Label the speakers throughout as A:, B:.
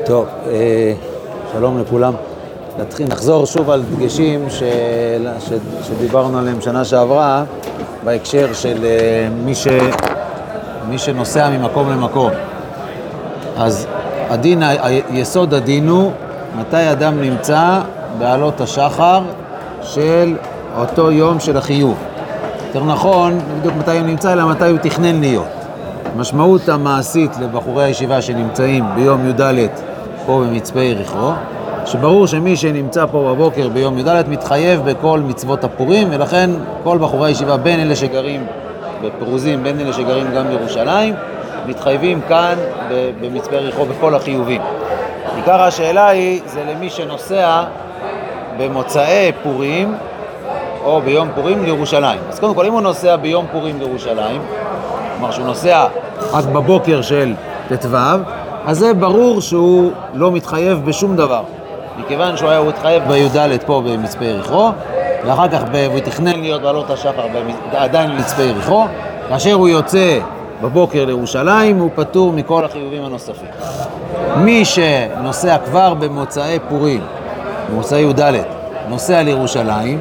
A: טוב, שלום לכולם. נחזור שוב על דגשים שדיברנו עליהם שנה שעברה, בהקשר של מי שנוסע ממקום למקום. אז יסוד הדין הוא מתי אדם נמצא בעלות השחר של אותו יום של החיוב. יותר נכון, בדיוק מתי הוא נמצא, אלא מתי הוא תכנן להיות. המשמעות המעשית לבחורי הישיבה שנמצאים ביום י"ד פה במצפה יריחו, שברור שמי שנמצא פה בבוקר ביום י"ד מתחייב בכל מצוות הפורים, ולכן כל בחורי הישיבה, בין אלה שגרים בפרוזים, בין אלה שגרים גם בירושלים, מתחייבים כאן במצפה יריחו בכל החיובים. עיקר השאלה היא, זה למי שנוסע במוצאי פורים או ביום פורים לירושלים. אז קודם כל, אם הוא נוסע ביום פורים לירושלים, כלומר שהוא נוסע רק בבוקר של ט"ו, אז זה ברור שהוא לא מתחייב בשום דבר. מכיוון שהוא התחייב בי"ד פה במצפה יריחו, ואחר כך הוא תכנן להיות בעלות השחר עדיין במצפה יריחו, כאשר הוא יוצא בבוקר לירושלים, הוא פטור מכל החיובים הנוספים. מי שנוסע כבר במוצאי פורים, במוצאי י"ד, נוסע לירושלים,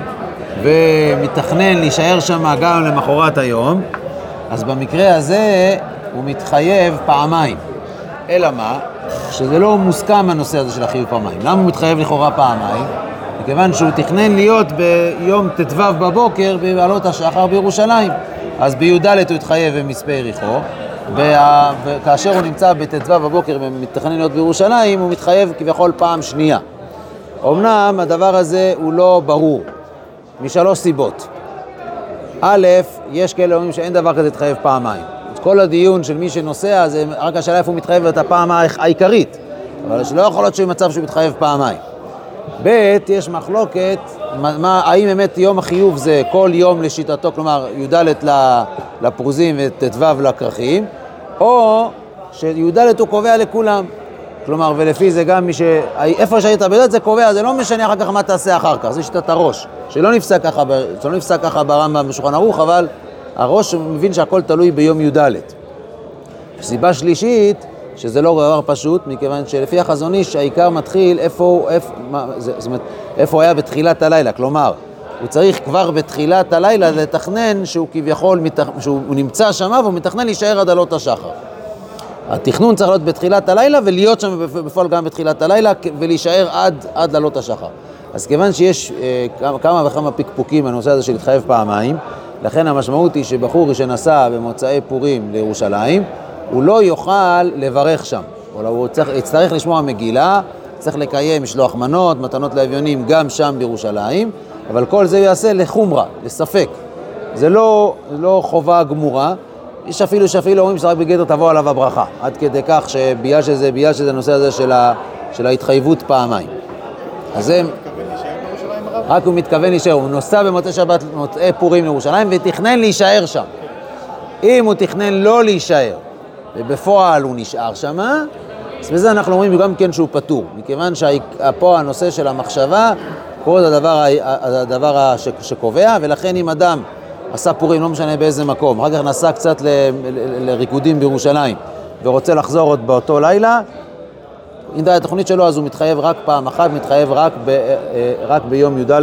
A: ומתכנן להישאר שם גם למחרת היום, אז במקרה הזה הוא מתחייב פעמיים. אלא מה? שזה לא מוסכם הנושא הזה של החיוב פעמיים. למה הוא מתחייב לכאורה פעמיים? מכיוון שהוא תכנן להיות ביום ט"ו בבוקר בעלות השחר בירושלים. אז בי"ד הוא התחייב במצפה יריחו, וכאשר הוא נמצא בט"ו בבוקר ומתכנן להיות בירושלים, הוא מתחייב כביכול פעם שנייה. אמנם הדבר הזה הוא לא ברור, משלוש סיבות. א', יש כאלה אומרים שאין דבר כזה להתחייב פעמיים. כל הדיון של מי שנוסע, זה רק השאלה איפה הוא מתחייב את הפעם העיקרית, אבל שלא יכול להיות שהוא מצב שהוא מתחייב פעמיים. ב', יש מחלוקת, האם באמת יום החיוב זה כל יום לשיטתו, כלומר י"ד לפרוזים וט"ו לכרכים, או שי"ד הוא קובע לכולם. כלומר, ולפי זה גם איפה שהיית בי"ד זה קובע, זה לא משנה אחר כך מה תעשה אחר כך, זה שיטת הראש, שלא נפסק ככה ברמב"ם בשולחן ערוך, אבל הראש מבין שהכל תלוי ביום י"ד. סיבה שלישית, שזה לא דבר פשוט, מכיוון שלפי החזון איש, העיקר מתחיל איפה היה בתחילת הלילה. כלומר, הוא צריך כבר בתחילת הלילה לתכנן שהוא כביכול, שהוא נמצא שם והוא מתכנן להישאר עד עלות השחר. התכנון צריך להיות בתחילת הלילה ולהיות שם בפועל גם בתחילת הלילה ולהישאר עד עלות השחר. אז כיוון שיש כמה וכמה פקפוקים בנושא הזה של להתחייב פעמיים, לכן המשמעות היא שבחור שנסע במוצאי פורים לירושלים, הוא לא יוכל לברך שם. הוא יצטרך לשמוע מגילה, צריך לקיים משלוח מנות, מתנות לאביונים גם שם בירושלים, אבל כל זה יעשה לחומרה, לספק. זה לא חובה גמורה, יש אפילו אומרים שרק בגדר תבוא עליו הברכה, עד כדי כך שבגלל שזה הנושא הזה של ההתחייבות פעמיים. אז זה רק הוא מתכוון להישאר, הוא נוסע במוצאי שבת, מוצאי פורים לירושלים, ותכנן להישאר שם. אם הוא תכנן לא להישאר, ובפועל הוא נשאר שם, אז בזה אנחנו אומרים גם כן שהוא פטור, מכיוון שפה הנושא של המחשבה, פה זה הדבר שקובע, ולכן אם אדם עשה פורים, לא משנה באיזה מקום, אחר כך נסע קצת לריקודים בירושלים, ורוצה לחזור עוד באותו לילה, אם זה התוכנית שלו, אז הוא מתחייב רק פעם אחת, מתחייב רק ביום י"ד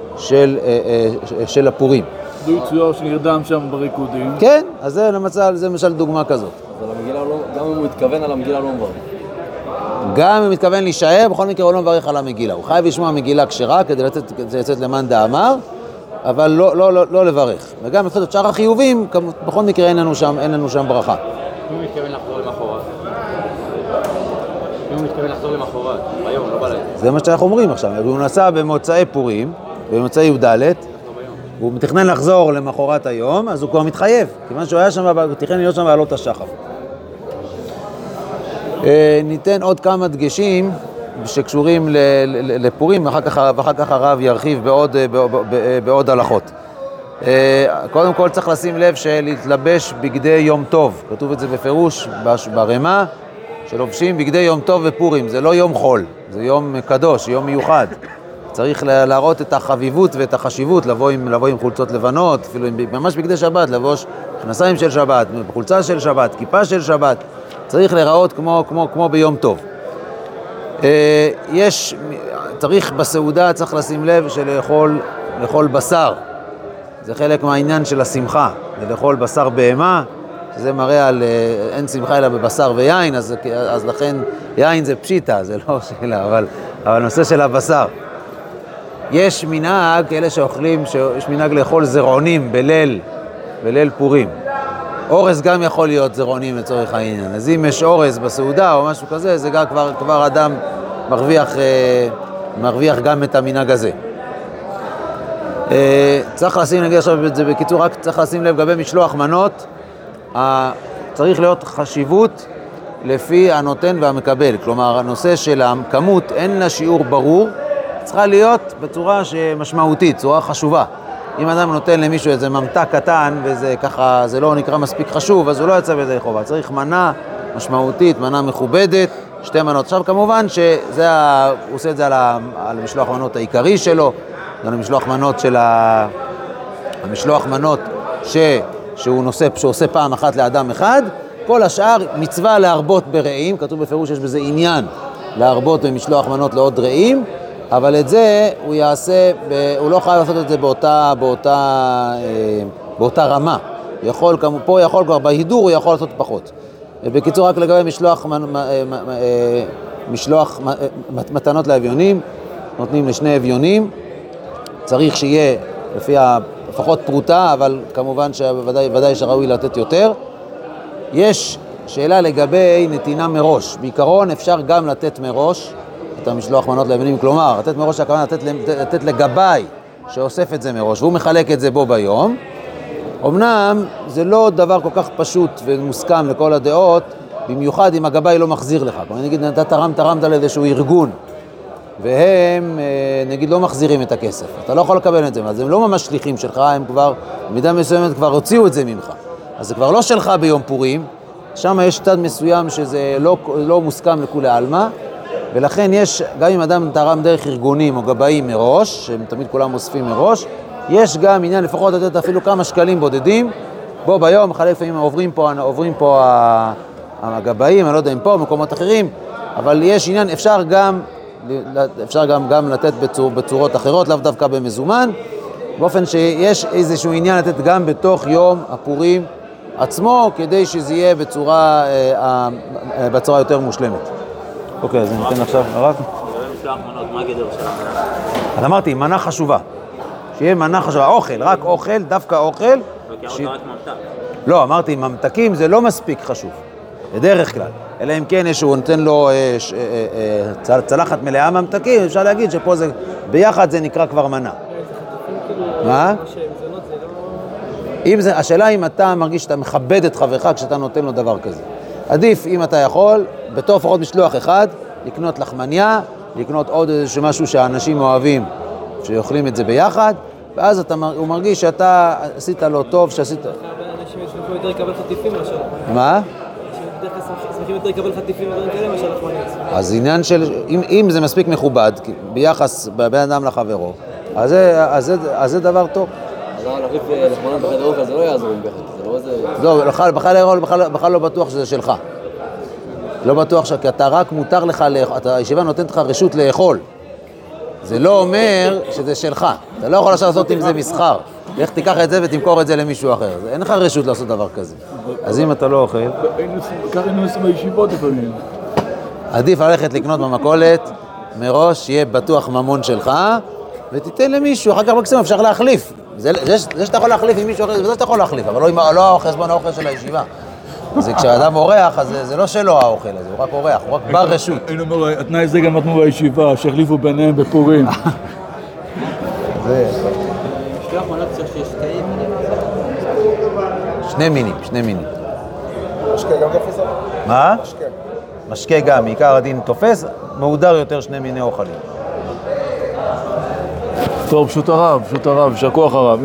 A: של הפורים.
B: זה יצויר שנרדם שם בריקודים.
A: כן, אז זה למשל דוגמה כזאת.
C: אבל המגילה לא, גם אם הוא מתכוון על המגילה לא מברך.
A: גם אם הוא מתכוון להישאר, בכל מקרה הוא לא מברך על המגילה. הוא חייב לשמוע מגילה כשרה כדי לצאת למאן דאמר, אבל לא לברך. וגם מבחינת שאר החיובים, בכל מקרה אין לנו שם ברכה.
C: אם הוא מתכוון לחזור למחרת? אם הוא מתכוון לחזור למחרת, ביום, לא בלילה. זה
A: מה שאנחנו אומרים עכשיו. הוא נסע במוצאי פורים, במוצאי י"ד, הוא מתכנן לחזור למחרת היום, אז הוא כבר מתחייב, כיוון שהוא היה שם, הוא תכנן להיות שם בעלות השחר. ניתן עוד כמה דגשים שקשורים לפורים, ואחר כך הרב ירחיב בעוד הלכות. קודם כל צריך לשים לב שלהתלבש בגדי יום טוב, כתוב את זה בפירוש ברמה, שלובשים בגדי יום טוב ופורים, זה לא יום חול, זה יום קדוש, יום מיוחד. צריך להראות את החביבות ואת החשיבות, לבוא עם חולצות לבנות, אפילו ממש בגדי שבת, לבוש כנסיים של שבת, חולצה של שבת, כיפה של שבת, צריך להיראות כמו ביום טוב. צריך בסעודה, צריך לשים לב לאכול בשר. זה חלק מהעניין של השמחה, זה לאכול בשר בהמה, שזה מראה על אין שמחה אלא בבשר ויין, אז לכן יין זה פשיטה, זה לא שאלה, אבל הנושא של הבשר. יש מנהג, אלה שאוכלים, יש מנהג לאכול זרעונים בליל פורים. אורז גם יכול להיות זרעונים לצורך העניין. אז אם יש אורז בסעודה או משהו כזה, זה גם כבר אדם מרוויח גם את המנהג הזה. צריך לשים, נגיד עכשיו את זה בקיצור, רק צריך לשים לב לגבי משלוח מנות, צריך להיות חשיבות לפי הנותן והמקבל. כלומר, הנושא של הכמות אין לה שיעור ברור, צריכה להיות בצורה משמעותית, צורה חשובה. אם אדם נותן למישהו איזה ממתק קטן, וזה ככה, זה לא נקרא מספיק חשוב, אז הוא לא יצא בזה חובה. צריך מנה משמעותית, מנה מכובדת, 2 מנות. עכשיו כמובן הוא עושה את זה על משלוח מנות העיקרי שלו, על המשלוח מנות של המשלוח מנות שעושה פעם אחת לאדם אחד. כל השאר מצווה להרבות ברעים, כתוב בפירוש שיש בזה עניין להרבות במשלוח מנות לעוד רעים, אבל את זה הוא יעשה, הוא לא חייב לעשות את זה באותה רמה. פה יכול כבר בהידור, הוא יכול לעשות פחות. בקיצור, רק לגבי משלוח מתנות לאביונים, נותנים לשני אביונים, צריך שיהיה לפי לפחות פרוטה, אבל כמובן שוודאי שראוי לתת יותר. יש שאלה לגבי נתינה מראש. בעיקרון אפשר גם לתת מראש את המשלוח מנות לאביונים, כלומר, לתת מראש הכוונה לתת לגבאי שאוסף את זה מראש, והוא מחלק את זה בו ביום. אמנם זה לא דבר כל כך פשוט ומוסכם לכל הדעות, במיוחד אם הגבאי לא מחזיר לך. כלומר, נגיד, אתה תרמת לאיזשהו ארגון, והם, נגיד, לא מחזירים את הכסף. אתה לא יכול לקבל את זה, אז הם לא ממש שליחים שלך, הם כבר, במידה מסוימת כבר הוציאו את זה ממך. אז זה כבר לא שלך ביום פורים, שם יש צד מסוים שזה לא מוסכם לכולי עלמא, ולכן יש, גם אם אדם תרם דרך ארגונים או גבאים מראש, שהם תמיד כולם אוספים מראש, יש גם עניין לפחות לתת אפילו כמה שקלים בודדים, בו ביום, לפעמים עוברים פה הגבאים, אני לא יודע אם פה, מקומות אחרים, אבל יש עניין, אפשר גם לתת בצורות אחרות, לאו דווקא במזומן, באופן שיש איזשהו עניין לתת גם בתוך יום הפורים עצמו, כדי שזה יהיה בצורה יותר מושלמת. אוקיי, אז ניתן עכשיו הרב.
C: מה הגדר שלנו?
A: אז אמרתי, מנה חשובה. שיהיה מנה חשובה, אוכל, רק אוכל, דווקא אוכל.
C: רק ממתק.
A: לא, אמרתי, ממתקים זה לא מספיק חשוב, בדרך כלל. אלא אם כן שהוא נותן לו צלחת מלאה ממתקים, אפשר להגיד שפה זה, ביחד זה נקרא כבר מנה. מה? השאלה אם אתה מרגיש שאתה מכבד את חברך כשאתה נותן לו דבר כזה. עדיף אם אתה יכול, בתור לפחות משלוח אחד, לקנות לחמניה, לקנות עוד איזה משהו שהאנשים אוהבים, שאוכלים את זה ביחד, ואז הוא מרגיש שאתה עשית לו טוב, שעשית...
D: אנשים שמחים יותר לקבל חטיפים מאשר...
A: מה?
D: שמחים יותר לקבל חטיפים ודברים כאלה מאשר לחמניה.
A: אז עניין של... אם זה מספיק מכובד, ביחס בין אדם לחברו, אז זה דבר טוב.
C: אז להחליף לחמניה בחדר אוכל זה לא יעזור עם ביחד, זה לא איזה...
A: לא, בכלל לא בטוח שזה שלך. לא בטוח כי אתה רק מותר לך, הישיבה נותנת לך רשות לאכול. זה לא אומר שזה שלך. אתה לא יכול לעשות עם זה מסחר. איך תיקח את זה ותמכור את זה למישהו אחר. אין לך רשות לעשות דבר כזה. אז אם אתה לא אוכל...
B: ככה היינו עושים בישיבות לפעמים.
A: עדיף ללכת לקנות במכולת, מראש שיהיה בטוח ממון שלך, ותיתן למישהו, אחר כך מקסימום אפשר להחליף. זה שאתה יכול להחליף עם מישהו אחר, זה שאתה יכול להחליף, אבל לא חשבון האוכל של הישיבה. אז כשאדם אורח, אז זה לא שלו האוכל הזה, הוא רק אורח, הוא רק בר רשות.
B: היינו אומר, התנאי זה גם נתנו בישיבה, שהחליפו ביניהם בפורים.
A: זה...
C: משלוח מנות צריך שיש
A: שני מינים.
E: משקה גם תופס?
A: מה? משקה גם, מעיקר הדין תופס, מהודר יותר 2 מיני אוכלים.
B: טוב, פשוט הרב, שכוח הרב.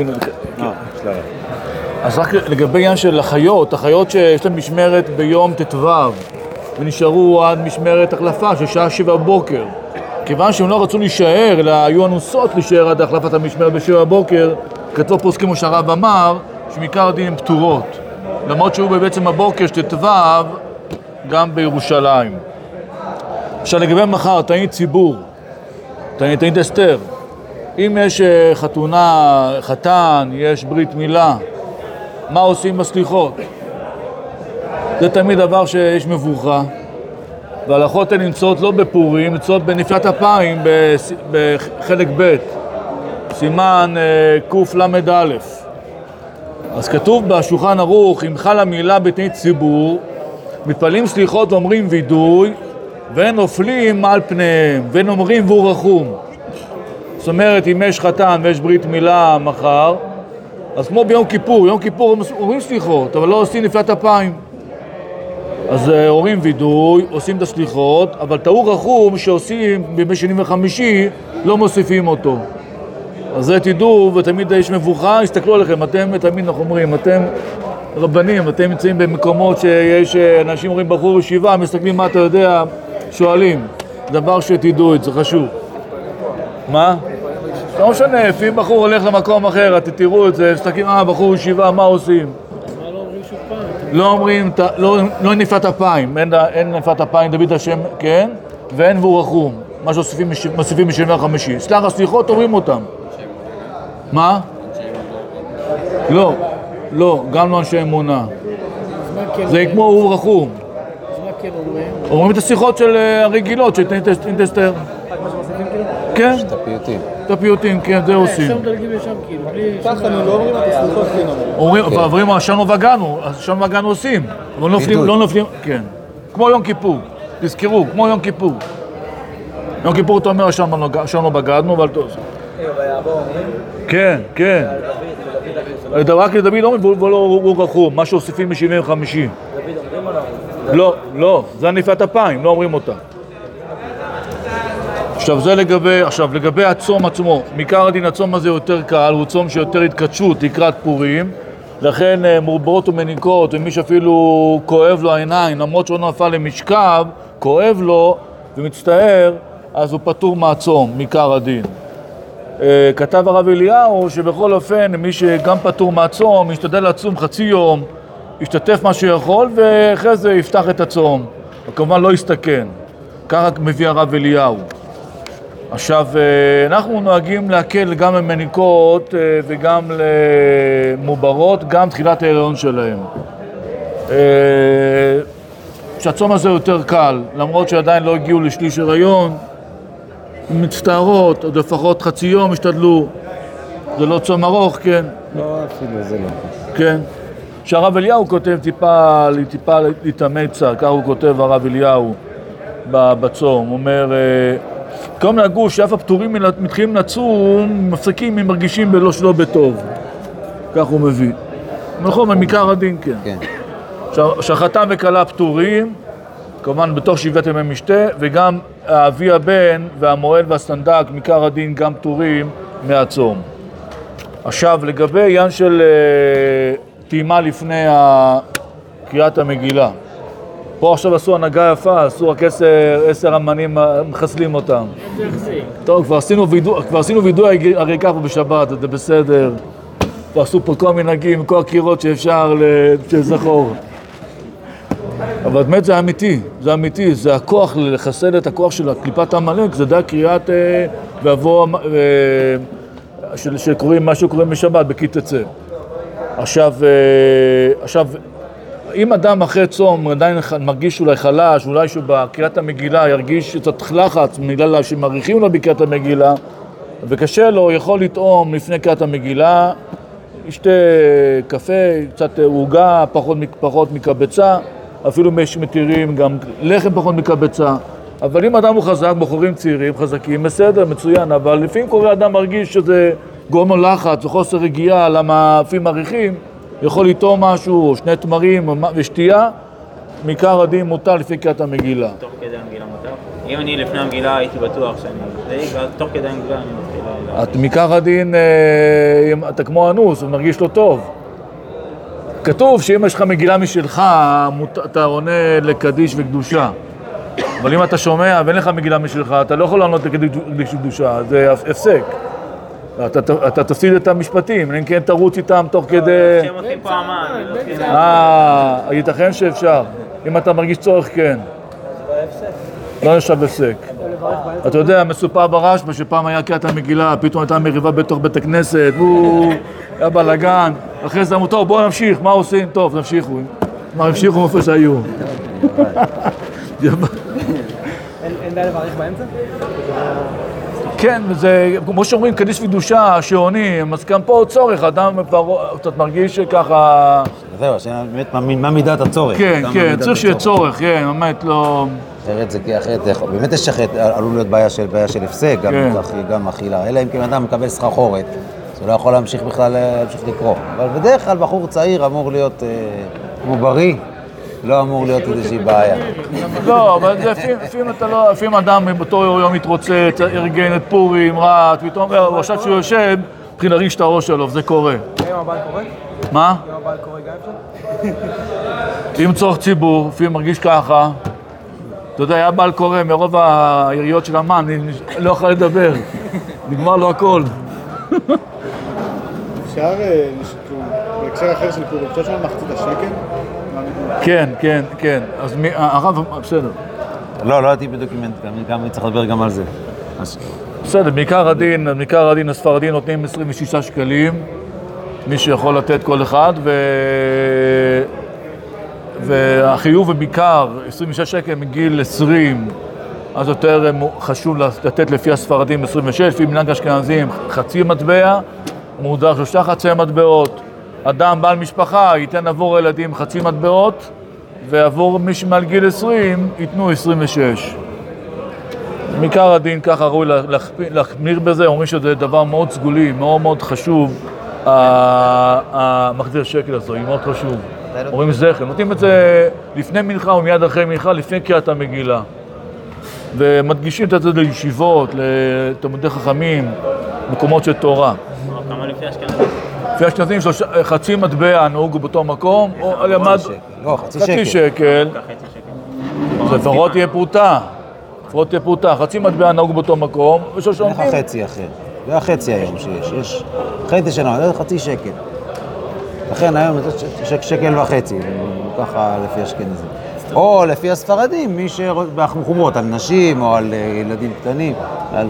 B: אז רק לגבי עניין של החיות שיש להם משמרת ביום ט"ו ונשארו עד משמרת החלפה של שעה 7 בבוקר. כיוון שהם לא רצו להישאר, אלא היו אנוסות להישאר עד החלפת המשמרת ב7 בבוקר, כתבו פוסקים כמו שהרב אמר, שמעיקר הדין הן פטורות. למרות שהוא בעצם הבוקר של ט"ו גם בירושלים. עכשיו לגבי מחר, תענית ציבור, תענית אסתר. אם יש חתונה, חתן, יש ברית מילה, מה עושים בסליחות? זה תמיד דבר שיש מבוכה, וההלכות הן נמצאות לא בפורים, נמצאות בנפילת אפיים בחלק ב', סימן קל"א. אז כתוב בשולחן ערוך, אם חלה מילה בתענית ציבור, מתפללים סליחות ואומרים וידוי, והם נופלים על פניהם, והם אומרים והוא רחום. זאת אומרת, אם יש חתן ויש ברית מילה מחר, אז כמו ביום כיפור, יום כיפור אומרים סליחות, אבל לא עושים נפילת אפיים. אז אומרים וידוי, עושים את הסליחות, אבל טהור רחום שעושים בימי שני וחמישי, לא מוסיפים אותו. אז זה תדעו, ותמיד יש מבוכה, הסתכלו עליכם, אתם תמיד אנחנו אומרים, אתם רבנים, אתם נמצאים במקומות שיש אנשים אומרים בחור ישיבה, מסתכלים מה אתה יודע, שואלים. דבר שתדעו את זה, חשוב. מה? לא משנה, אם בחור הולך למקום אחר, אתם תראו את זה, מסתכלים, בחור ישיבה, מה עושים?
D: מה לא אומרים שוב פעם?
B: לא אומרים, לא נפילת אפיים, אין נפילת אפיים, דוד השם, כן? ואין והוא רחום, מה שמוסיפים משני וחמישי. סלח הסליחות, אומרים אותם. מה? לא, גם לא אנשי אמונה. זה כמו הוא רחום.
D: אז מה כן אומרים?
B: אומרים את השיחות של הרגילות, של תענית אסתר.
D: מה שמוסיפים כאילו?
B: כן,
A: את הפיוטים.
B: את הפיוטים, כן, זה עושים.
D: שם דלגים לשם כאילו, בלי...
E: ככה אני לא אומרים את הסליחות כן
B: אומרים, שנו וגנו עושים, אבל לא נופלים, כן. כמו יום כיפור, תזכרו, כמו יום כיפור. יום כיפור אתה אומר, שנו בגדנו, אבל טוב. כן. רק לדוד אומרים, ולא הוא רחום, מה שהוסיפים משני וחמישי.
D: דוד אומרים או לא?
B: לא, זה נפילת אפיים, לא אומרים אותה. לגבי הצום עצמו, מעיקר הדין הצום הזה יותר קל, הוא צום שיותר התקדשות לקראת פורים, לכן מורברות ומניקות, ומי שאפילו כואב לו העיניים, למרות שהוא נפל למשכב, כואב לו ומצטער, אז הוא פטור מהצום, מעיקר הדין. כתב הרב אליהו שבכל אופן מי שגם פטור מהצום, ישתדל לצום חצי יום, ישתתף מה שיכול ואחרי זה יפתח את הצום, וכמובן לא יסתכן. ככה מביא הרב אליהו. עכשיו, אנחנו נוהגים להקל גם למניקות וגם למוברות, גם תחילת ההיריון שלהם. שהצום הזה יותר קל, למרות שעדיין לא הגיעו לשליש הריון, מצטערות, עוד לפחות חצי יום השתדלו. זה לא צום ארוך, כן?
A: לא, אפילו זה לא.
B: כן. שהרב אליהו כותב טיפה להתאמץ, ככה הוא כותב הרב אליהו בצום. הוא אומר, כמו נהגו שאף הפטורים מתחילים לצום, מפסקים אם מרגישים בלא שלא בטוב. כך הוא מביא. נכון, מעיקר הדין, כן.
A: כן.
B: שהחתן וכלה פטורים, כמובן בתוך 7 ימי משתה, וגם אבי הבן והמועל והסנדק, מעיקר הדין גם פטורים מהצום. עכשיו, לגבי עניין של טעימה לפני קריאת המגילה. פה עכשיו עשו הנהגה יפה, עשו רק 10 אמנים, מחסלים אותם. טוב, כבר עשינו וידוי הרי ככה בשבת, זה בסדר. כבר עשו פה כל מנהגים, כל הקירות שאפשר לזכור. אבל באמת זה אמיתי, זה הכוח, לחסל את הכוח של קליפת העמלק, זה די קריאת ואבוא, שקוראים מה שקוראים בשבת, בקיטצה. עכשיו, אם אדם אחרי צום עדיין מרגיש אולי חלש, אולי שהוא בקריאת המגילה ירגיש קצת לחץ, בגלל שמעריכים לו בקריאת המגילה, וקשה לו, יכול לטעום לפני קריאת המגילה, ישתה קפה, קצת עוגה, פחות מקבצה, אפילו מתירים גם לחם פחות מקבצה. אבל אם אדם הוא חזק, בחורים צעירים, חזקים, בסדר, מצוין, אבל לפעמים קורה אדם מרגיש שזה גורם לו לחץ וחוסר רגיעה, למה לפעמים מעריכים, יכול לטעום משהו, או 2 תמרים ושתייה, מעיקר הדין מותר לפי קריאת המגילה.
F: תוך כדי המגילה מותר? אם אני לפני המגילה הייתי בטוח שאני די, ואז תוך כדי המגילה אני מתחיל...
B: מעיקר הדין, אתה כמו אנוס, הוא מרגיש לו טוב. כתוב שאם יש לך מגילה משלך, אתה עונה לקדיש וקדושה. אבל אם אתה שומע ואין לך מגילה משלך, אתה לא יכול לענות לקדיש וקדושה, זה הפסק. אתה תפסיד את המשפטים, אם כן תרוץ איתם תוך כדי...
F: כשהם עושים פעמיים, אני לא...
B: ייתכן שאפשר. אם אתה מרגיש צורך, כן.
D: זה לא הפסק.
B: לא נחשב הפסק. אתה יודע, מסופר ברשב"א שפעם היה קריאת המגילה, פתאום הייתה מריבה בתוך בית הכנסת, הוא היה בלגן, אחרי זה אמרו, טוב, בואו נמשיך, מה עושים? טוב, נמשיכו. מה המשיכו מאיפה שהיו.
D: אין די לברך באמצע?
B: כן, זה, כמו שאומרים, קדיש וקדושה, שעונים, אז גם פה צורך, אדם קצת מרגיש שככה...
A: זהו, באמת, מה מידת הצורך?
B: כן, כן, צריך שיהיה צורך, כן, באמת לא...
A: אחרת זה כי אחרת, באמת יש אחרת, עלול להיות בעיה של הפסק, גם אכילה, אלא אם כן אדם מקבל סחרחורת, אז הוא לא יכול להמשיך בכלל להמשיך לקרוא. אבל בדרך כלל בחור צעיר אמור להיות בריא, לא אמור להיות איזושהי בעיה.
B: לא, אבל לפעמים אדם באותו יום מתרוצץ, ארגן את פורים, רעת, פתאום הוא עכשיו שהוא יושב, מתחיל להרגיש את הראש שלו, וזה קורה.
D: אם הבעל קורא?
B: מה?
D: אם הבעל קורא גם אפשר?
B: אם צורך ציבור, לפעמים מרגיש ככה, אתה יודע, היה בעל קורא מרוב היריות של המן, לא יכול לדבר, נגמר לו הכל.
E: אפשר, בהקשר אחר של פורים, אפשר שם מחצית השקל?
B: כן, כן, כן, אז הרב, בסדר.
A: לא הייתי בדיוק, גם צריך לדבר גם על זה.
B: בסדר, בעיקר הדין הספרדים נותנים 26 שקלים, מי שיכול לתת כל אחד, והחיוב ובעיקר 26 שקל מגיל 20, אז יותר חשוב לתת לפי הספרדים 26, לפי מנהג אשכנזים חצי מטבע, מודר 3 חצי מטבעות. אדם בעל משפחה ייתן עבור הילדים חצי מטבעות, ועבור מי שמעל גיל 20 ייתנו 26. מעיקר הדין ככה ראוי להחמיר בזה, אומרים שזה דבר מאוד סגולי, מאוד מאוד חשוב, המחזיר שקל הזו, היא מאוד חשוב. אומרים זכר, נותנים את זה לפני מנחה ומיד אחרי מנחה, לפני קריאת המגילה. ומדגישים את זה לישיבות, לתלמידי חכמים, מקומות של תורה.
F: כמה לפי אשכנזים?
B: לפי אשכנזים חצי מטבע נהוג באותו מקום, או למד חצי שקל. זה לפחות תהיה פרוטה. חצי מטבע נהוג באותו מקום,
A: אין לך חצי אחר. זה החצי היום שיש. יש חצי שלנו, זה חצי שקל. לכן היום זה שקל וחצי, ככה לפי אשכנזים. או לפי הספרדים, מי שבחומרות, על נשים או על ילדים קטנים. על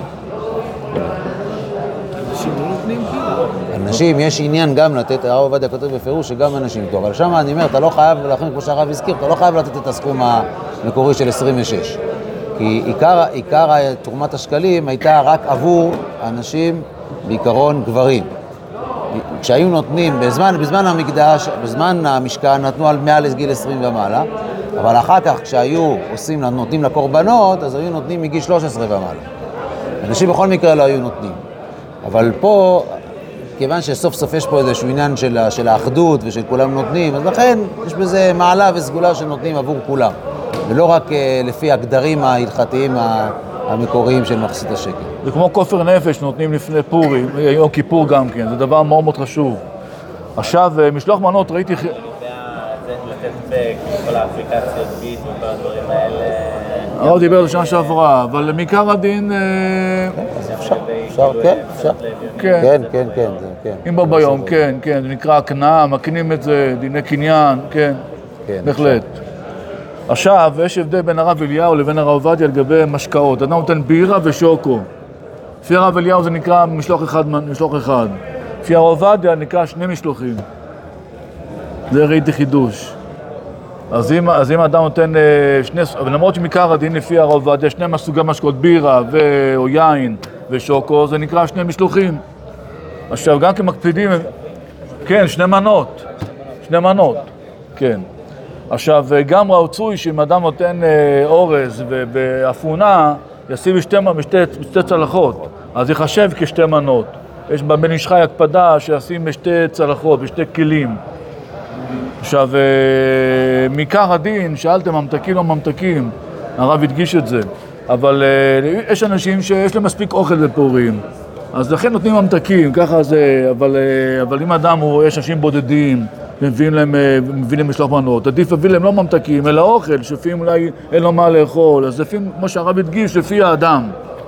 A: נשים יש עניין גם לתת, הרב עובדיה כותב בפירוש שגם אנשים טוב, אבל שם אני אומר, אתה לא חייב, ולכן כמו שהרב הזכיר, אתה לא חייב לתת את הסכום המקורי של 26. כי עיקר תרומת השקלים הייתה רק עבור אנשים בעיקרון גברים. כשהיו נותנים, בזמן המקדש, בזמן המשכן, נתנו על מעל גיל 20 ומעלה, אבל אחר כך כשהיו נותנים לקורבנות, אז היו נותנים מגיל 13 ומעלה. אנשים בכל מקרה לא היו נותנים. אבל פה, כיוון שסוף סוף יש פה איזשהו עניין של האחדות ושל כולם נותנים, אז לכן יש בזה מעלה וסגולה שנותנים עבור כולם. ולא רק לפי הגדרים ההלכתיים המקוריים של מחצית השקל.
B: זה כמו כופר נפש נותנים לפני פורים, יום כיפור גם כן, זה דבר מאוד מאוד חשוב. עכשיו, משלוח מנות ראיתי...
F: זה לתת בכל האפליקציות ביט וכל הדברים האלה...
B: הרב דיבר על שנה שעברה, אבל מעיקר הדין...
A: אפשר, כן.
B: אם בא ביום, כן, זה נקרא הקנאה, מקנים את זה, דיני קניין, כן, בהחלט. עכשיו, יש הבדל בין הרב אליהו לבין הרב עובדיה לגבי משקאות. אדם נותן בירה ושוקו. לפי הרב אליהו זה נקרא משלוח אחד. לפי הרב עובדיה נקרא 2 משלוחים. זה ראיתי חידוש. אז אם אדם נותן אבל למרות שמעיקר הדין לפי הרב עובדיה 2 סוגי משקאות, בירה או יין ושוקו, זה נקרא 2 משלוחים. עכשיו, גם כמקפידים, כן, 2 מנות, כן. עכשיו, גם רצוי שאם אדם נותן אורז ובאפונה, ישים בשתי צלחות, אז יחשב כ2 מנות. יש בבן איש חי הקפדה שישים בשתי צלחות, בשתי כלים. עכשיו, מעיקר הדין, שאלתם ממתקים או ממתקים, הרב הדגיש את זה, אבל יש אנשים שיש להם מספיק אוכל בפורים, אז לכן נותנים ממתקים, ככה זה, אבל אם אדם יש אנשים בודדים, מביאים להם משלוח מנות, עדיף להביא להם לא ממתקים, אלא אוכל, שפים אולי אין לו מה לאכול, אז לפעמים, כמו שהרב הדגיש, לפי האדם.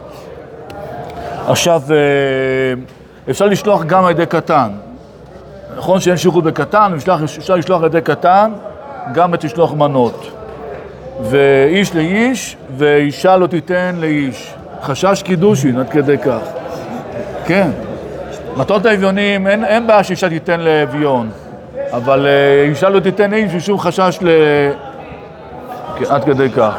B: עכשיו, אפשר לשלוח גם על ידי קטן. נכון שאין שירות בקטן, אפשר לשלוח על ידי קטן, גם את לשלוח מנות. ואיש לאיש, ואישה לא תיתן לאיש. חשש קידושין, עד כדי כך. כן. מטות האביונים, אין בעיה שאישה תיתן לאביון, אבל אישה לא תיתן לאיש, ושום חשש עד כדי כך.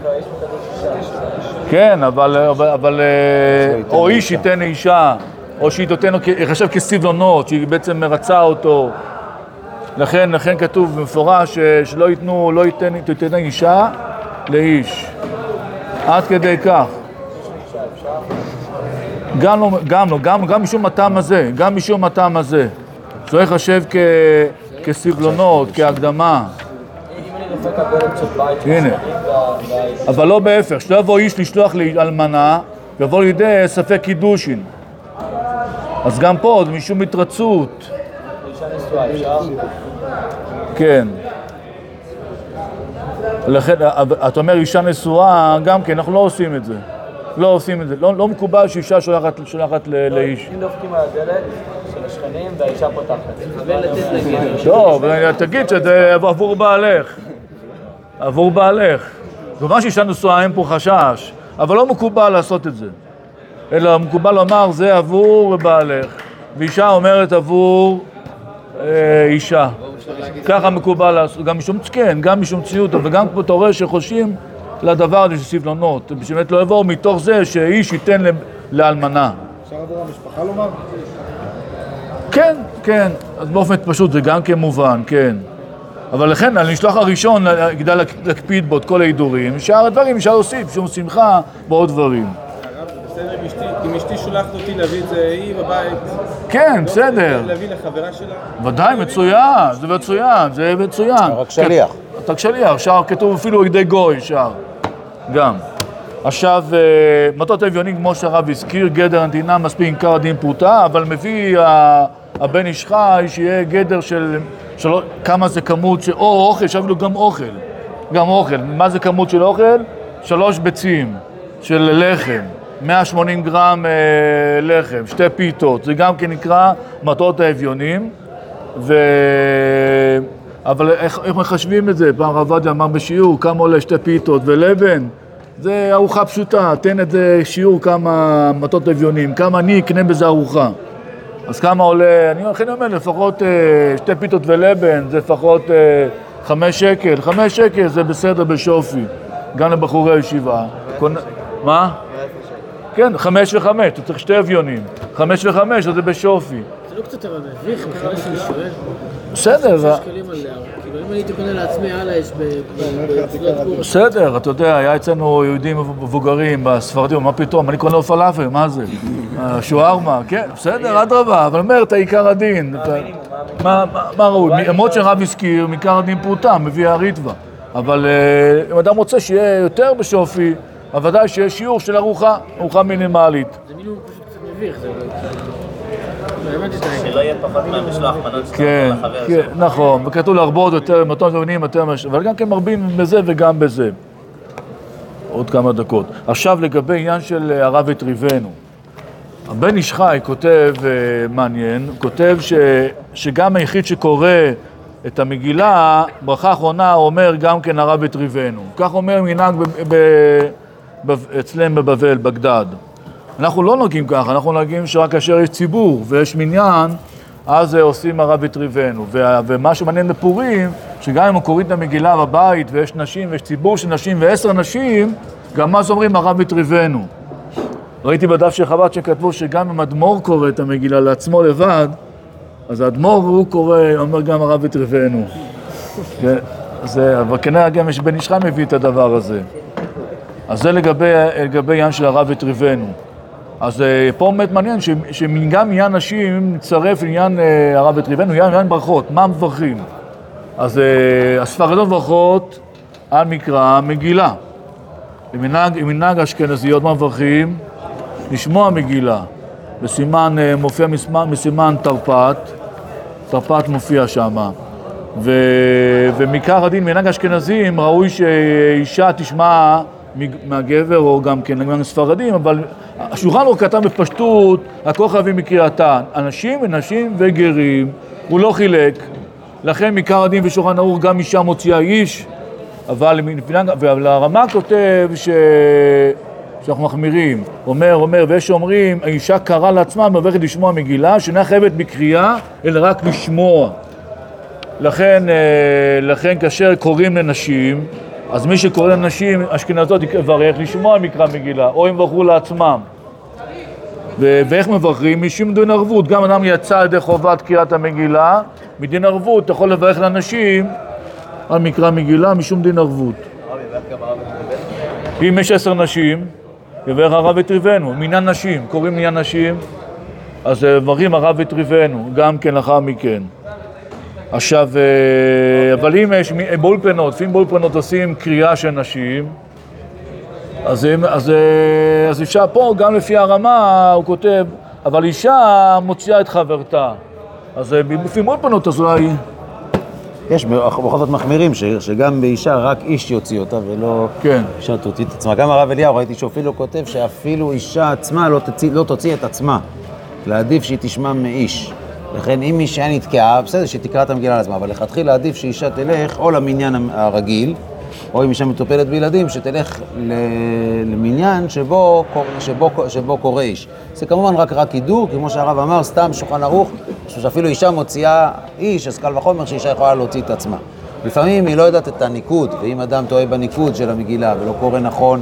B: כן, אבל או איש ייתן לאישה, או שהיא תיתן, יחשב כסבלונות, שהיא בעצם מרצה אותו. לכן כתוב במפורש שלא ייתנו, לא תיתן אישה לאיש. עד כדי כך. גם משום הטעם הזה, זה לא יחשב כסבלונות, כהקדמה. הנה, אבל לא בהפך, שלא יבוא איש לשלוח לאלמנה, ויבוא לידי ספק קידושין. אז גם פה, זה משום התרצות. כן. לכן, אתה אומר אישה נשואה, גם כן, אנחנו לא עושים את זה. לא מקובל שאישה שולחת לאיש.
D: אם דופקים על הדלת של השכנים והאישה פותחת.
B: טוב, תגיד שזה עבור בעלך. כמובן שאישה נשואה אין פה חשש, אבל לא מקובל לעשות את זה. אלא מקובל לומר זה עבור בעלך, ואישה אומרת עבור אישה. ככה מקובל לעשות, גם משום ציות, וגם פה אתה רואה שחושים לדבר הזה של סבלונות, שבאמת לא יבואו מתוך זה שאיש ייתן לאלמנה.
E: אפשר עבור המשפחה לומר?
B: כן, אז באופן פשוט זה גם כמובן, כן. אבל לכן, על נשלוח הראשון, כדאי להקפיד בו את כל ההידורים, שאר הדברים אפשר להוסיף, שום שמחה ועוד דברים.
G: בסדר, אם אשתי שולחת אותי להביא את זה, היא בבית.
B: כן, בסדר.
G: להביא לחברה שלה.
B: ודאי, זה מצוין.
A: רק שליח.
B: אתה שליח, שער כתוב אפילו ידי גוי, שער. גם. עכשיו, מטות האביונים, כמו שהרב הזכיר, גדר הנתינה מספיק עיקר הדין פרוטה, אבל מביא הבן איש חי שיהיה גדר של כמה זה כמות של אוכל, שאפילו גם אוכל. מה זה כמות של אוכל? 3 ביצים של לחם, 180 גרם לחם, 2 פיתות, זה גם כן נקרא מטות האביונים, אבל איך מחשבים את זה? פעם רב עובדיה אמר בשיעור, כמה עולה 2 פיתות ולבן? זה ארוחה פשוטה, תן את זה שיעור כמה מטות אביונים, כמה אני אקנה בזה ארוחה. אז כמה עולה, אני אומר, לפחות 2 פיתות ולבן, זה לפחות 5 שקל. 5 שקל זה בסדר בשופי, גם לבחורי הישיבה. מה? כן, 5 ו5, אתה צריך 2 אביונים. 5 ו5, אז זה בשופי.
D: זה לא קצת אבל מביך, בכלל שאני שואל.
B: בסדר.
D: 6 שקלים על כאילו אם אני הייתי קונה לעצמי הלאה, יש
B: בסדר, אתה יודע, היה אצלנו יהודים מבוגרים בספרדים, מה פתאום, אני קונה לו פלאפל, מה זה? שוארמה, כן, בסדר, אדרבה, אבל אומר את העיקר הדין. מה ראוי? למרות שהרב הזכיר, מעיקר הדין פרוטה, מביא הריטווה. אבל אם אדם רוצה שיהיה יותר בשופי, אבל ודאי שיש שיעור של ארוחה מינימלית.
D: זה מינימום פשוט קצת מביך, זה
F: שלא יהיה פחות מהמשלוח מנות
B: כן, נכון, וכתוב להרבות יותר, מטות אביונים יותר, אבל גם כן מרבים בזה וגם בזה. עוד כמה דקות. עכשיו לגבי עניין של הרב הטריבנו. הבן איש חי כותב מעניין, כותב שגם היחיד שקורא את המגילה, ברכה האחרונה אומר גם כן הרב הטריבנו. כך אומר מנהג אצלם בבבל, בגדד. אנחנו לא נוגעים ככה, אנחנו נוגעים שרק כאשר יש ציבור ויש מניין, אז עושים הרב הטריבנו. ומה שמעניין בפורים, שגם אם הוא קורא את המגילה בבית ויש נשים ויש ציבור של נשים ו10 נשים, גם אז אומרים הרב הטריבנו. ראיתי בדף של חב"ד שכתבו שגם אם אדמו"ר קורא את המגילה לעצמו לבד, אז האדמו"ר הוא קורא, אומר גם הרב הטריבנו. אבל כנראה גם יש בן איש חי מביא את הדבר הזה. אז זה לגבי עניין של הרב הטריבנו. אז פה באמת מעניין שגם עניין נשים מצטרף לעניין הרב הטריבנו, עניין ברכות, מה מברכים? אז הספרדיות ברכות על מקרא מגילה. במנהג אשכנזיות מה מברכים? לשמוע מגילה. בסימן מופיע מסימן תרפ"ט מופיע שם. ומעיקר הדין, מנהג אשכנזים, ראוי שאישה תשמע מהגבר או גם כן גם ספרדים, אבל השולחן ערוך כתב בפשטות, הכל חייבים מקריאתן, אנשים ונשים וגרים, הוא לא חילק, לכן מעיקר הדין ושולחן ערוך גם אישה מוציאה איש, אבל הרמ"א כותב שאנחנו מחמירים, אומר, ויש שאומרים, האישה קראה לעצמה, מברכת לשמוע מגילה, שאינה חייבת בקריאה, אלא רק לשמוע. לכן כאשר קוראים לנשים, אז מי שקורא לנשים, אשכנזות יברך לשמוע מקרא מגילה, או הם יברכו לעצמם. ואיך מברכים? משום דין ערבות. גם אדם יצא על ידי חובת קריאת המגילה, מדין ערבות אתה יכול לברך לאנשים על מקרא מגילה משום דין ערבות. אם יש 10 נשים, יברך הרב וטריבנו, מניין נשים, קוראים מניין נשים, אז מברכים הרב וטריבנו, גם כן לאחר מכן. עכשיו, אבל אם יש באולפנות, לפעמים באולפנות עושים קריאה של נשים, אז אפשר פה, גם לפי הרמ"א, הוא כותב, אבל אישה מוציאה את חברתה. אז לפעמים באולפנות, אז אולי...
A: יש בכל זאת מחמירים שגם באישה רק איש יוציא אותה ולא אישה תוציא את עצמה. גם הרב אליהו ראיתי שאפילו כותב שאפילו אישה עצמה לא תוציא את עצמה. לעדיף שהיא תשמע מאיש. לכן אם אישה נתקעה, בסדר שתקרא את המגילה על עצמה, אבל לכתחילה עדיף שאישה תלך או למניין הרגיל, או אם אישה מטופלת בילדים, שתלך למניין שבו קורא איש. זה כמובן רק הידור, כמו שהרב אמר, סתם שולחן ערוך, שאפילו אישה מוציאה איש, אז קל וחומר שאישה יכולה להוציא את עצמה. לפעמים היא לא יודעת את הניקוד, ואם אדם טועה בניקוד של המגילה ולא קורא נכון,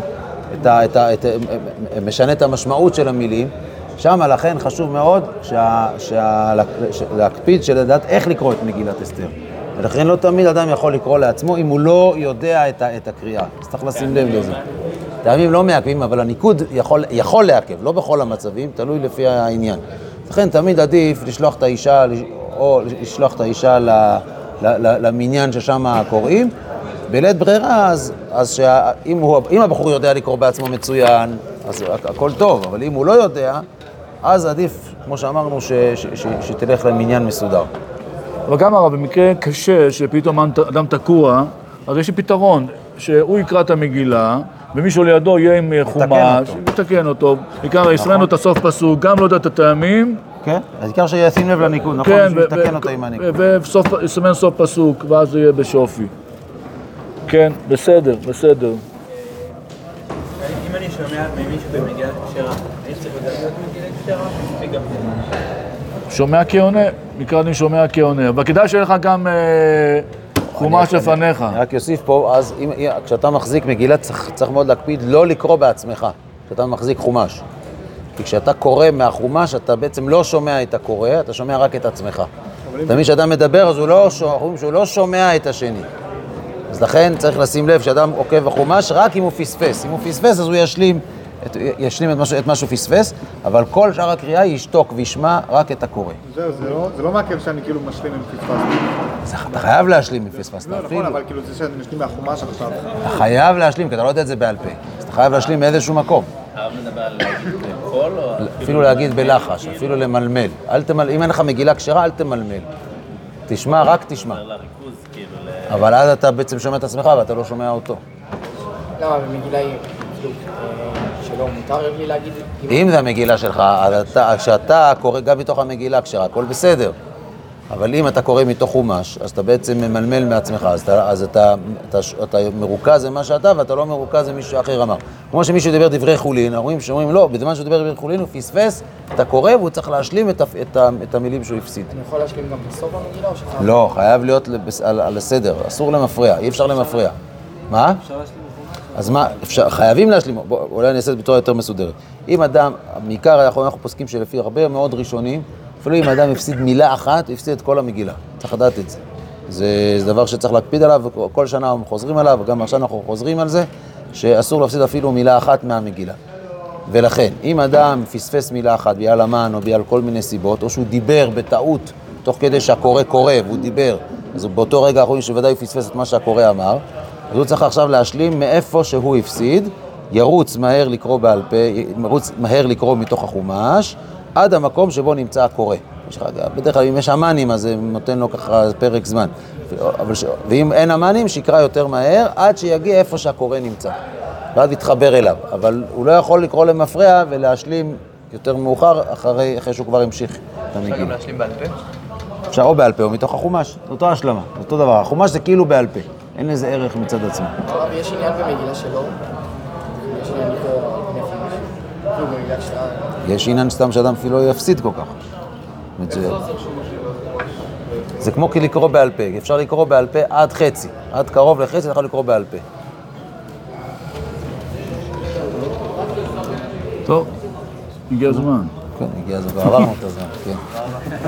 A: משנה את המשמעות של המילים, שם לכן חשוב מאוד להקפיד שלדעת איך לקרוא את מגילת אסתר. ולכן לא תמיד אדם יכול לקרוא לעצמו אם הוא לא יודע את הקריאה. אז צריך לשים לב לזה. טעמים לא מעכבים, אבל הניקוד יכול לעכב, לא בכל המצבים, תלוי לפי העניין. לכן תמיד עדיף לשלוח את האישה, או לשלוח את האישה למניין ששם קוראים. בלית ברירה, אז אם הבחור יודע לקרוא בעצמו מצוין, אז הכל טוב, אבל אם הוא לא יודע, אז עדיף, כמו שאמרנו, שתלך למניין מסודר.
B: אבל גם הרב, במקרה קשה שפתאום אדם תקוע, אז יש לי פתרון, שהוא יקרא את המגילה, ומישהו לידו יהיה עם חומש, יתקן אותו, יקרא יסרנו את הסוף פסוק, גם לא יודע את הטעמים.
A: כן, אז יקר שישים לב לניקוד, נכון? יתקן אותו עם הניקוד.
B: ויסמן סוף פסוק, ואז זה יהיה בשופי. כן, בסדר.
F: אם אני שומע ממישהו במגילת כשרה, אני צריך לדעת מגילת כשרה?
B: שומע כעונה, מקרא דין שומע כעונה, אבל כדאי שיהיה לך גם חומש לפניך.
A: אני רק יוסיף פה, אז כשאתה מחזיק מגילה צריך מאוד להקפיד לא לקרוא בעצמך, כשאתה מחזיק חומש. כי כשאתה קורא מהחומש, אתה בעצם לא שומע את הקורא, אתה שומע רק את עצמך. תמיד כשאדם מדבר, אז הוא לא שומע את השני. אז לכן צריך לשים לב שאדם עוקב בחומש רק אם הוא פספס. אם הוא פספס, אז הוא ישלים את מה שהוא פספס, אבל כל שאר הקריאה ישתוק וישמע רק את הקורא.
E: זה לא מעכב שאני כאילו משלים עם פספסתי.
A: אתה חייב להשלים אם פספסת.
E: לא, נכון, אבל כאילו זה שאני משלים מהחומש עכשיו.
A: אתה חייב להשלים, כי אתה לא יודע את זה בעל פה. אז אתה חייב להשלים מאיזשהו מקום.
C: חייב לדבר על קול או...
A: אפילו להגיד בלחש, אפילו למלמל. אם אין לך מגילה כשרה, אל תמלמל. תשמע, רק תשמע. אבל אז אתה בעצם שומע את עצמך ואתה לא שומע אותו.
H: למה במגילה היא שלא מותר לי להגיד?
A: אם זה המגילה שלך, כשאתה קורא גם מתוך המגילה כשרה, הכל בסדר. אבל אם אתה קורא מתוך חומש, אז אתה בעצם ממלמל מעצמך, אז אתה מרוכז במה שאתה, ואתה לא מרוכז במישהו אחר אמר. כמו שמישהו דיבר דברי חולין, שאומרים לא, בזמן שהוא דיבר דברי חולין הוא פספס, אתה קורא והוא צריך להשלים את המילים שהוא הפסיד.
H: אני יכול להשלים גם בסוף המגילה או שחייב?
A: לא, חייב להיות על הסדר, אסור למפריע, אי אפשר למפריע. מה?
H: אפשר להשלים בחומש?
A: אז מה, חייבים להשלים, אולי אני אעשה את בצורה יותר מסודרת. אם אדם, בעיקר אנחנו פוסקים שלפי הרבה מאוד ראשונים, אפילו אם אדם הפסיד מילה אחת, הוא הפסיד את כל המגילה. צריך לדעת את זה. זה דבר שצריך להקפיד עליו, וכל שנה אנחנו חוזרים עליו, וגם עכשיו אנחנו חוזרים על זה, שאסור להפסיד אפילו מילה אחת מהמגילה. ולכן, אם אדם פספס מילה אחת בגלל המן או בגלל כל מיני סיבות, או שהוא דיבר בטעות, תוך כדי שהקורא קורא, והוא דיבר, אז באותו רגע אנחנו רואים שוודאי הוא פספס את מה שהקורא אמר, אז הוא צריך עכשיו להשלים מאיפה שהוא הפסיד, ירוץ מהר לקרוא בעל פה, ירוץ מהר לקרוא מתוך החומש, עד המקום שבו נמצא הקורא. בדרך כלל אם יש אמנים, אז זה נותן לו ככה פרק זמן. ואם אין אמנים, שיקרא יותר מהר, עד שיגיע איפה שהקורא נמצא. ואז יתחבר אליו. אבל הוא לא יכול לקרוא למפרע ולהשלים יותר מאוחר, אחרי שהוא כבר המשיך את המגילה.
H: אפשר גם להשלים בעל פה?
A: אפשר או בעל פה או מתוך החומש. זה אותו השלמה, זה אותו דבר. החומש זה כאילו בעל פה. אין לזה ערך מצד עצמו.
H: אבל יש עניין במגילה שלו, יש עניין לקרוא על פני חמש, אפילו במגילה שעה.
A: יש עניין סתם שאדם אפילו לא יפסיד כל כך. מצוין. זה כמו לקרוא בעל פה, אפשר לקרוא בעל פה עד חצי, עד קרוב לחצי, אתה יכול לקרוא בעל פה.
B: טוב, הגיע הזמן.
A: כן, הגיע הזמן, עברנו את הזמן, כן.